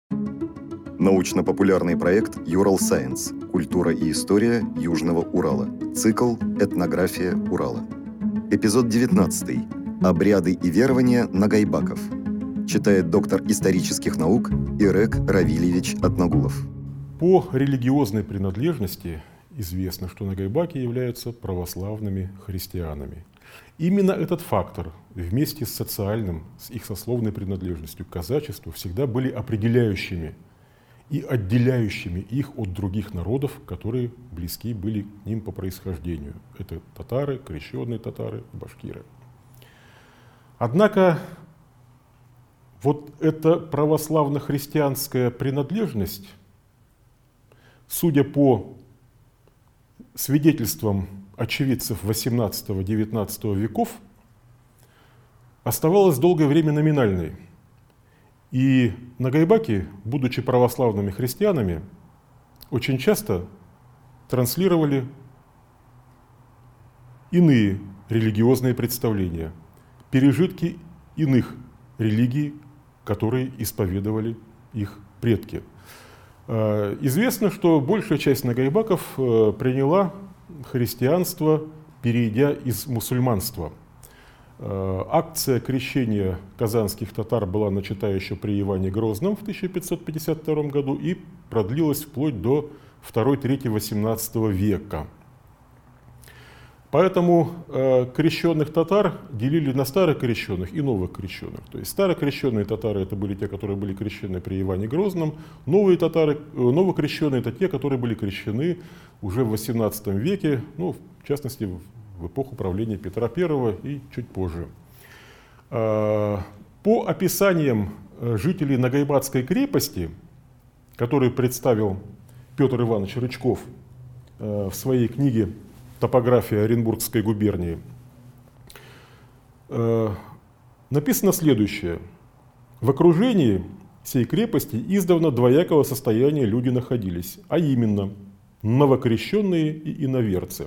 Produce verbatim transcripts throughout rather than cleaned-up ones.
Научно-популярный проект «Ural Science. Культура и история Южного Урала». Цикл «Этнография Урала». Эпизод девятнадцатый. Обряды и верования нагайбаков. Читает доктор исторических наук Ирек Равильевич Атнагулов. По религиозной принадлежности известно, что нагайбаки являются православными христианами. Именно этот фактор вместе с социальным, с их сословной принадлежностью к казачеству всегда были определяющими и отделяющими их от других народов, которые близки были к ним по происхождению. Это татары, крещенные татары, башкиры. Однако вот эта православно-христианская принадлежность, судя по свидетельствам очевидцев восемнадцатого-девятнадцатого веков, оставалась долгое время номинальной. И нагайбаки, будучи православными христианами, очень часто транслировали иные религиозные представления, пережитки иных религий, которые исповедовали их предки. Известно, что большая часть нагайбаков приняла христианство, перейдя из мусульманства. Акция крещения казанских татар была начата еще при Иване Грозном в тысяча пятьсот пятьдесят втором году и продлилась вплоть до второй-третьей восемнадцатого века. Поэтому э, крещенных татар делили на старокрещенных и новых крещенных. То есть старокрещенные татары — это были те, которые были крещены при Иване Грозном. Новые татары, э, новокрещенные — это те, которые были крещены уже в восемнадцатом веке, ну, в частности, в в эпоху правления Петра Первого и чуть позже. По описаниям жителей Нагайбатской крепости, которые представил Петр Иванович Рычков в своей книге «Топография Оренбургской губернии», написано следующее. В окружении сей крепости издавна двоякого состояния люди находились, а именно новокрещенные и иноверцы.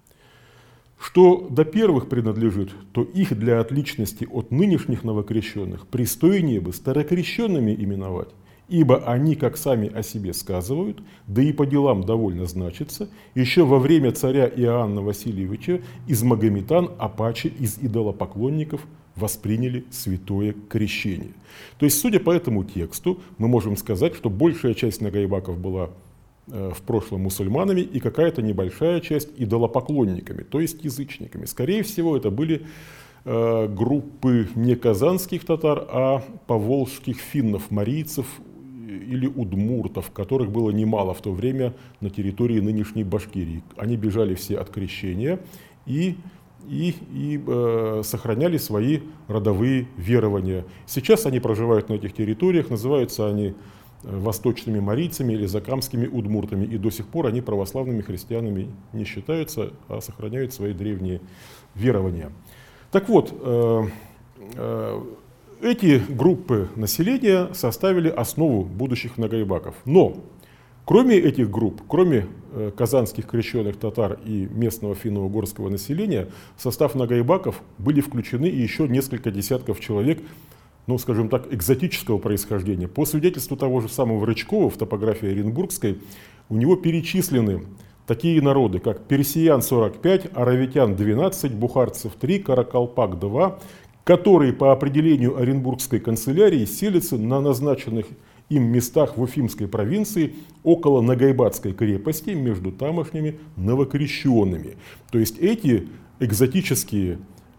Что до первых принадлежит, то их для отличности от нынешних новокрещенных пристойнее бы старокрещенными именовать, ибо они, как сами о себе сказывают, да и по делам довольно значатся, еще во время царя Иоанна Васильевича из магометан апачи, из идолопоклонников восприняли святое крещение. То есть, судя по этому тексту, мы можем сказать, что большая часть нагайбаков была в прошлом мусульманами и какая-то небольшая часть идолопоклонниками, то есть язычниками. Скорее всего, это были э, группы не казанских татар, а поволжских финнов, марийцев или удмуртов, которых было немало в то время на территории нынешней Башкирии. Они бежали все от крещения и, и, и э, сохраняли свои родовые верования. Сейчас они проживают на этих территориях, называются они восточными марийцами или закамскими удмуртами. И до сих пор они православными христианами не считаются, а сохраняют свои древние верования. Так вот, э, э, эти группы населения составили основу будущих нагайбаков. Но кроме этих групп, кроме э, казанских крещенных татар и местного финно-угорского населения, в состав нагайбаков были включены еще несколько десятков человек, ну, скажем так, экзотического происхождения. По свидетельству того же самого Рычкова в топографии Оренбургской, у него перечислены такие народы, как персиян сорок пять, аравитян двенадцать, бухарцев три, каракалпак два, которые по определению Оренбургской канцелярии селятся на назначенных им местах в Уфимской провинции около Нагайбатской крепости между тамошними новокрещенными. То есть эти экзотические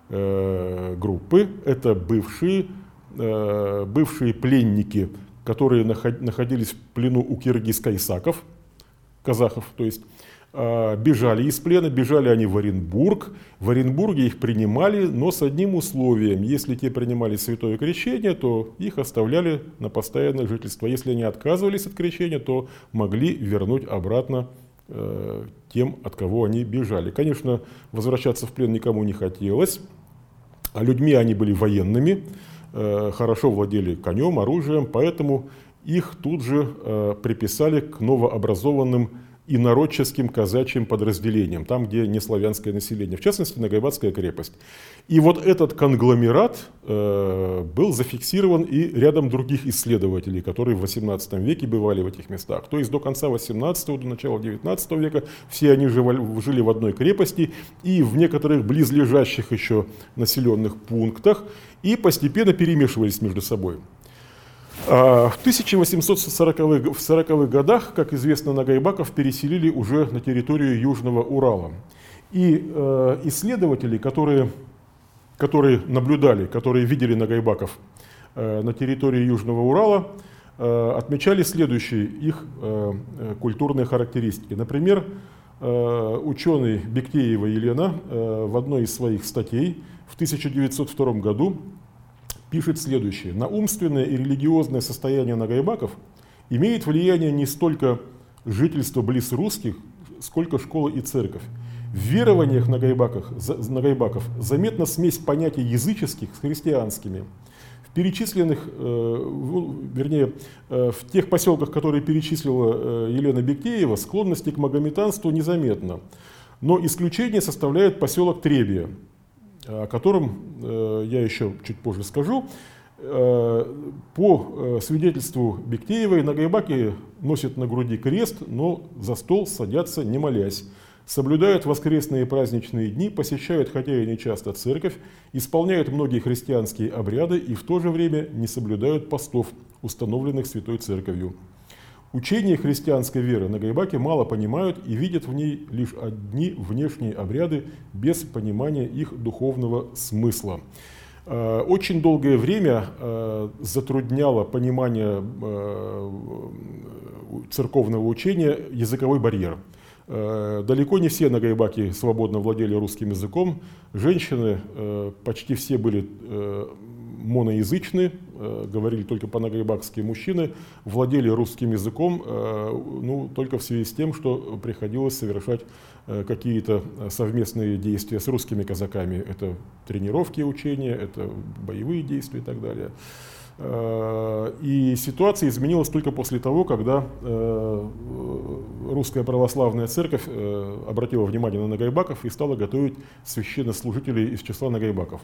э, группы — это бывшие бывшие пленники, которые находились в плену у киргиз-кайсаков, казахов, то есть бежали из плена, бежали они в Оренбург. В Оренбурге их принимали, но с одним условием. Если те принимали святое крещение, то их оставляли на постоянное жительство. Если они отказывались от крещения, то могли вернуть обратно э, тем, от кого они бежали. Конечно, возвращаться в плен никому не хотелось, а людьми они были военными, хорошо владели конем, оружием, поэтому их тут же э, приписали к новообразованным инородческим казачьим подразделениям, там, где не славянское население, в частности, Нагайбатская крепость. И вот этот конгломерат э, был зафиксирован и рядом других исследователей, которые в восемнадцатом веке бывали в этих местах. То есть до конца восемнадцатого, до начала девятнадцатого века все они жили в одной крепости и в некоторых близлежащих еще населенных пунктах и постепенно перемешивались между собой. В тысяча восемьсот сороковых годах, как известно, нагайбаков переселили уже на территорию Южного Урала. И э, исследователи, которые, которые наблюдали, которые видели нагайбаков э, на территории Южного Урала, э, отмечали следующие их э, культурные характеристики. Например, э, ученый Бектеева Елена э, в одной из своих статей в тысяча девятьсот втором году пишет следующее. На умственное и религиозное состояние нагайбаков имеет влияние не столько жительство близ русских, сколько школа и церковь. В верованиях нагайбаков, нагайбаков заметна смесь понятий языческих с христианскими. В перечисленных, э, вернее, э, в тех поселках, которые перечислила э, Елена Бектеева, склонности к магометанству незаметно. Но исключение составляет поселок Требия, о котором э, я еще чуть позже скажу. Э, по э, свидетельству Бектеевой, нагайбаки носят на груди крест, но за стол садятся не молясь. Соблюдают воскресные праздничные дни, посещают, хотя и не часто, церковь, исполняют многие христианские обряды и в то же время не соблюдают постов, установленных Святой Церковью. Учение христианской веры нагайбаки мало понимают и видят в ней лишь одни внешние обряды без понимания их духовного смысла. Очень долгое время затрудняло понимание церковного учения языковой барьер. Далеко не все нагайбаки свободно владели русским языком. Женщины почти все были моноязычны, говорили только по-нагайбакски. Мужчины владели русским языком, ну, только в связи с тем, что приходилось совершать какие-то совместные действия с русскими казаками. Это тренировки, учения, это боевые действия и так далее. И ситуация изменилась только после того, когда Русская Православная Церковь обратила внимание на нагайбаков и стала готовить священнослужителей из числа нагайбаков.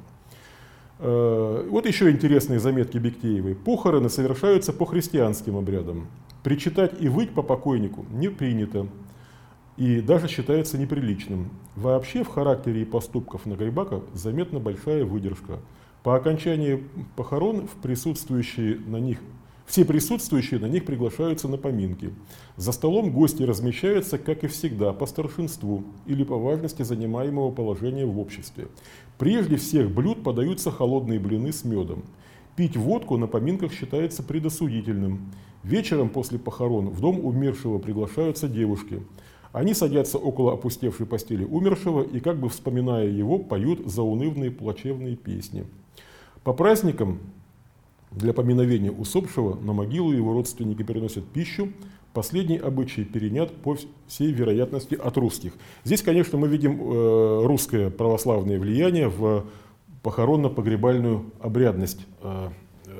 Вот еще интересные заметки Бектеевой. Похороны совершаются по христианским обрядам. Причитать и выть по покойнику не принято и даже считается неприличным. Вообще в характере и поступках нагайбаков заметна большая выдержка. По окончании похорон в присутствующие на них, все присутствующие на них приглашаются на поминки. За столом гости размещаются, как и всегда, по старшинству или по важности занимаемого положения в обществе. Прежде всех блюд подаются холодные блины с медом. Пить водку на поминках считается предосудительным. Вечером после похорон в дом умершего приглашаются девушки. Они садятся около опустевшей постели умершего и, как бы вспоминая его, поют заунывные плачевные песни. По праздникам для поминовения усопшего на могилу его родственники переносят пищу. Последний обычай перенят по всей вероятности от русских. Здесь, конечно, мы видим э, русское православное влияние в похоронно-погребальную обрядность э, э,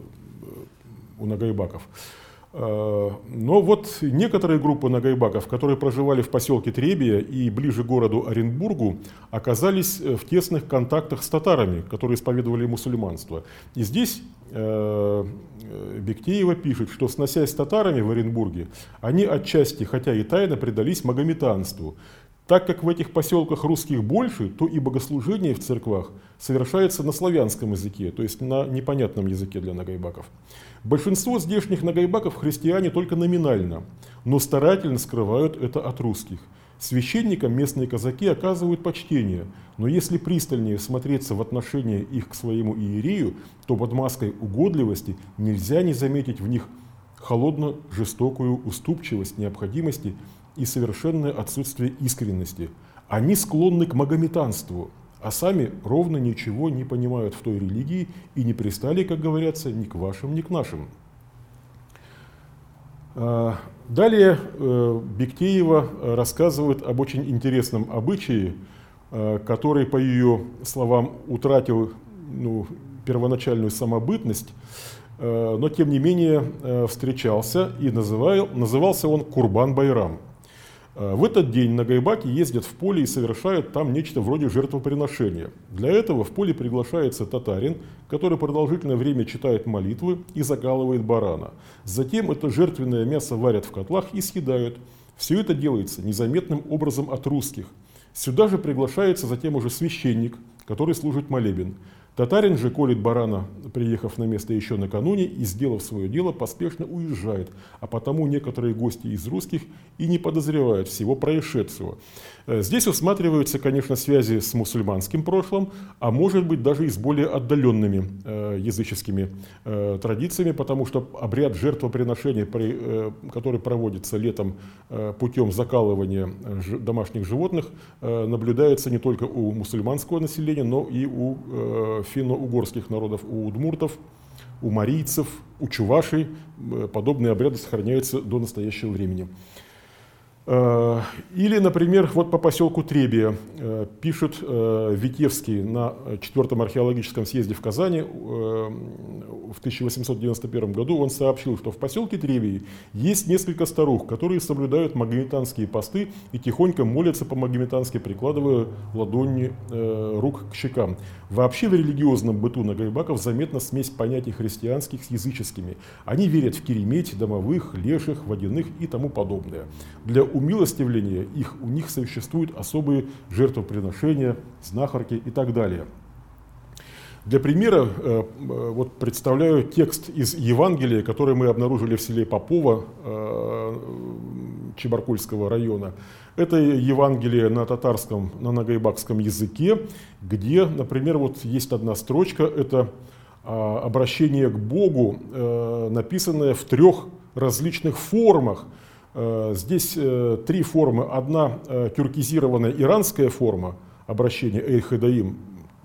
у нагайбаков. Но вот некоторые группы нагайбаков, которые проживали в поселке Требия и ближе к городу Оренбургу, оказались в тесных контактах с татарами, которые исповедовали мусульманство. И здесь э, Бектеева пишет, что, сносясь с татарами в Оренбурге, они отчасти, хотя и тайно, предались магометанству. Так как в этих поселках русских больше, то и богослужение в церквах совершается на славянском языке, то есть на непонятном языке для нагайбаков. Большинство здешних нагайбаков христиане только номинально, но старательно скрывают это от русских. Священникам местные казаки оказывают почтение, но если пристальнее смотреться в отношении их к своему иерею, то под маской угодливости нельзя не заметить в них холодно-жестокую уступчивость необходимости и совершенное отсутствие искренности. Они склонны к магометанству, а сами ровно ничего не понимают в той религии и не пристали, как говорится, ни к вашим, ни к нашим. Далее Бектеева рассказывает об очень интересном обычае, который, по ее словам, утратил ну, первоначальную самобытность, но тем не менее встречался, и называл, назывался он Курбан-Байрам. В этот день нагайбаки ездят в поле и совершают там нечто вроде жертвоприношения. Для этого в поле приглашается татарин, который продолжительное время читает молитвы и закалывает барана. Затем это жертвенное мясо варят в котлах и съедают. Все это делается незаметным образом от русских. Сюда же приглашается затем уже священник, который служит молебен. Татарин же колет барана, приехав на место еще накануне и, сделав свое дело, поспешно уезжает, а потому некоторые гости из русских и не подозревают всего происшедшего. Здесь усматриваются, конечно, связи с мусульманским прошлым, а может быть даже и с более отдаленными э, языческими э, традициями, потому что обряд жертвоприношения, при, э, который проводится летом э, путем закалывания ж, домашних животных, э, наблюдается не только у мусульманского населения, но и у э, финно-угорских народов, у удмуртов, у марийцев, у чувашей. Подобные обряды сохраняются до настоящего времени. Или, например, вот по поселку Требия пишет Витевский на четвёртом археологическом съезде в Казани в тысяча восемьсот девяносто первом году. Он сообщил, что в поселке Требии есть несколько старух, которые соблюдают магометанские посты и тихонько молятся по-магометански, прикладывая ладони рук к щекам. Вообще в религиозном быту нагайбаков заметна смесь понятий христианских с языческими. Они верят в кереметь, домовых, леших, водяных и тому подобное. Для умилостивления их у них существуют особые жертвоприношения, знахарки и так далее. Для примера э, вот представляю текст из Евангелия, который мы обнаружили в селе Попова э, Чебаркульского района. Это Евангелие на татарском, на нагайбакском языке, где, например, вот есть одна строчка, это э, обращение к Богу, э, написанное в трех различных формах. Э, здесь э, три формы. Одна э, тюркизированная иранская форма обращения Эй-Хадаим,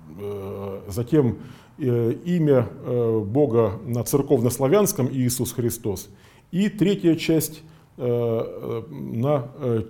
затем э, имя э, Бога на церковнославянском Иисус Христос, и третья часть э, на э,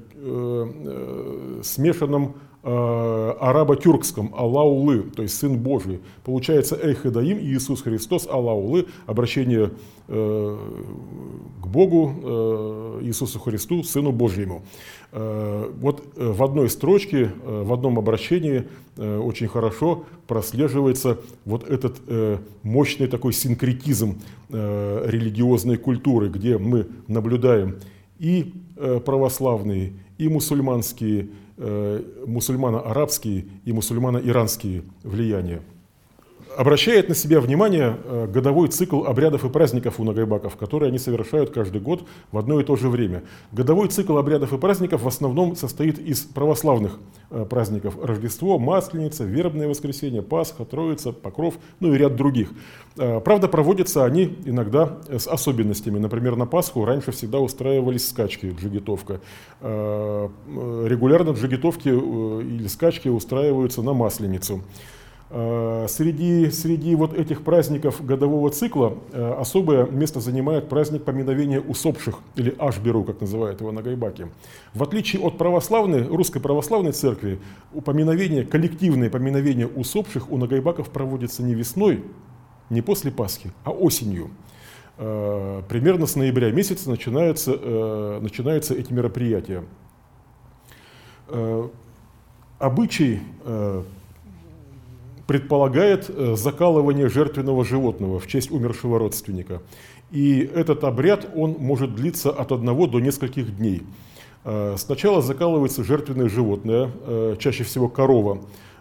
э, смешанном э, арабо-тюркском Аллаулы, то есть Сын Божий. Получается Эй-Хадаим, Иисус Христос, Аллаулы, обращение э, к Богу, э, Иисусу Христу, Сыну Божьему. Вот в одной строчке, в одном обращении очень хорошо прослеживается вот этот мощный такой синкретизм религиозной культуры, где мы наблюдаем и православные, и мусульманские, мусульмано-арабские и мусульмано-иранские влияния. Обращает на себя внимание годовой цикл обрядов и праздников у нагайбаков, которые они совершают каждый год в одно и то же время. Годовой цикл обрядов и праздников в основном состоит из православных праздников: Рождество, Масленица, Вербное воскресенье, Пасха, Троица, Покров, ну и ряд других. Правда, проводятся они иногда с особенностями. Например, на Пасху раньше всегда устраивались скачки, джигитовка. Регулярно джигитовки или скачки устраиваются на Масленицу. Среди, среди вот этих праздников годового цикла особое место занимает праздник поминовения усопших, или Ашберу, как называют его нагайбаки. В отличие от православной, русской православной церкви, поминовение, коллективное поминовение усопших у нагайбаков проводится не весной, не после Пасхи, а осенью. Примерно с ноября месяца начинаются, начинаются эти мероприятия. Обычай предполагает закалывание жертвенного животного в честь умершего родственника. И этот обряд, он может длиться от одного до нескольких дней. Сначала закалывается жертвенное животное, чаще всего корова.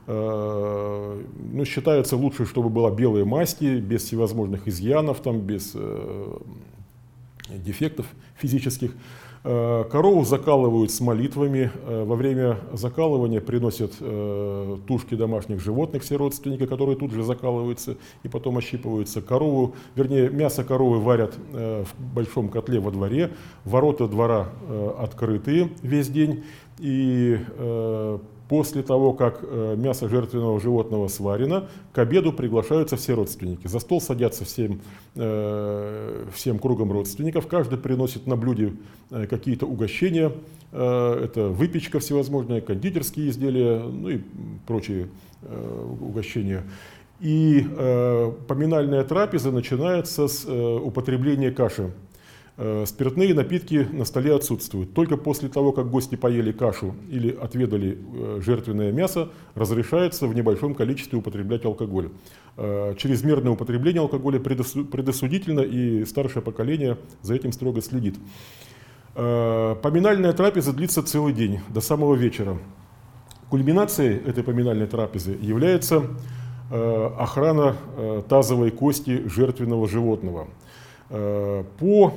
Ну, считается лучше, чтобы была белой масти, без всевозможных изъянов, там, без дефектов физических. Корову закалывают с молитвами. Во время закалывания приносят тушки домашних животных, все родственники, которые тут же закалываются и потом ощипываются. Корову, вернее, мясо коровы варят в большом котле во дворе. Ворота двора открытые весь день. И после того, как мясо жертвенного животного сварено, к обеду приглашаются все родственники. За стол садятся всем, всем кругом родственников. Каждый приносит на блюде какие-то угощения. Это выпечка всевозможная, кондитерские изделия, ну и прочие угощения. И поминальная трапеза начинается с употребления каши. Спиртные напитки на столе отсутствуют. Только после того, как гости поели кашу или отведали жертвенное мясо, разрешается в небольшом количестве употреблять алкоголь. Чрезмерное употребление алкоголя предосудительно, и старшее поколение за этим строго следит. Поминальная трапеза длится целый день, до самого вечера. Кульминацией этой поминальной трапезы является охрана тазовой кости жертвенного животного. По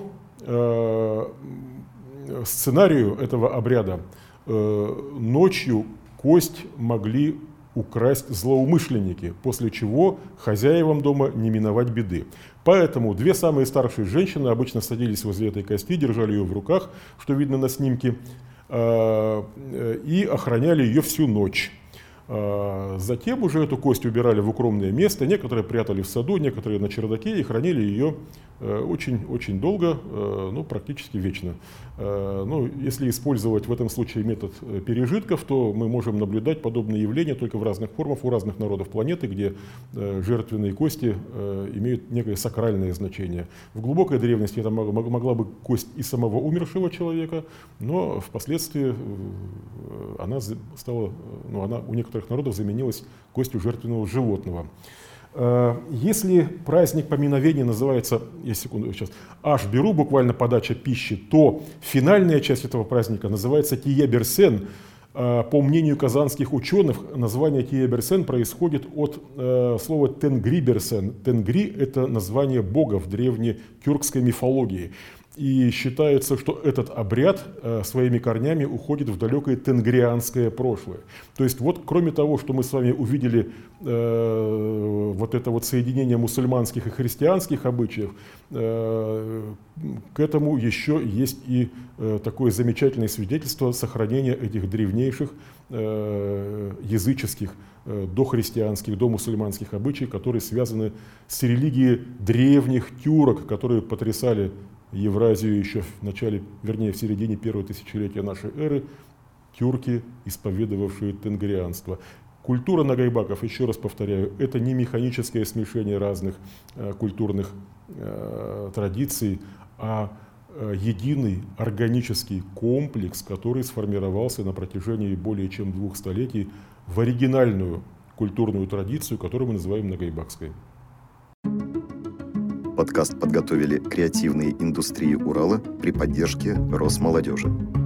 сценарию этого обряда ночью кость могли украсть злоумышленники, после чего хозяевам дома не миновать беды. Поэтому две самые старшие женщины обычно садились возле этой кости, держали ее в руках, что видно на снимке, и охраняли ее всю ночь. Затем уже эту кость убирали в укромное место, некоторые прятали в саду, некоторые на чердаке и хранили ее очень-очень долго, ну, практически вечно. Ну, если использовать в этом случае метод пережитков, то мы можем наблюдать подобные явления только в разных формах у разных народов планеты, где жертвенные кости имеют некое сакральное значение. В глубокой древности это могла быть кость и самого умершего человека, но впоследствии она стала, ну, она у некоторых народов заменилась костью жертвенного животного. Если праздник поминовения называется, я секунду сейчас, аж беру буквально подача пищи, то финальная часть этого праздника называется Тие-Берсен. По мнению казанских ученых, название Тие-Берсен происходит от э, слова Тенгри-Берсен. Тенгри – это название бога в древней тюркской мифологии. И считается, что этот обряд э, своими корнями уходит в далекое тенгрианское прошлое. То есть вот кроме того, что мы с вами увидели э, вот это вот соединение мусульманских и христианских обычаев, э, к этому еще есть и э, такое замечательное свидетельство сохранения этих древнейших э, языческих, э, дохристианских, домусульманских обычаев, которые связаны с религией древних тюрок, которые потрясали Евразию еще в начале, вернее, в середине первого тысячелетия нашей эры, тюрки, исповедовавшие тенгрианство. Культура нагайбаков, еще раз повторяю, это не механическое смешение разных э, культурных э, традиций, а э, единый органический комплекс, который сформировался на протяжении более чем двух столетий в оригинальную культурную традицию, которую мы называем нагайбакской. Подкаст подготовили креативные индустрии Урала при поддержке Росмолодежи.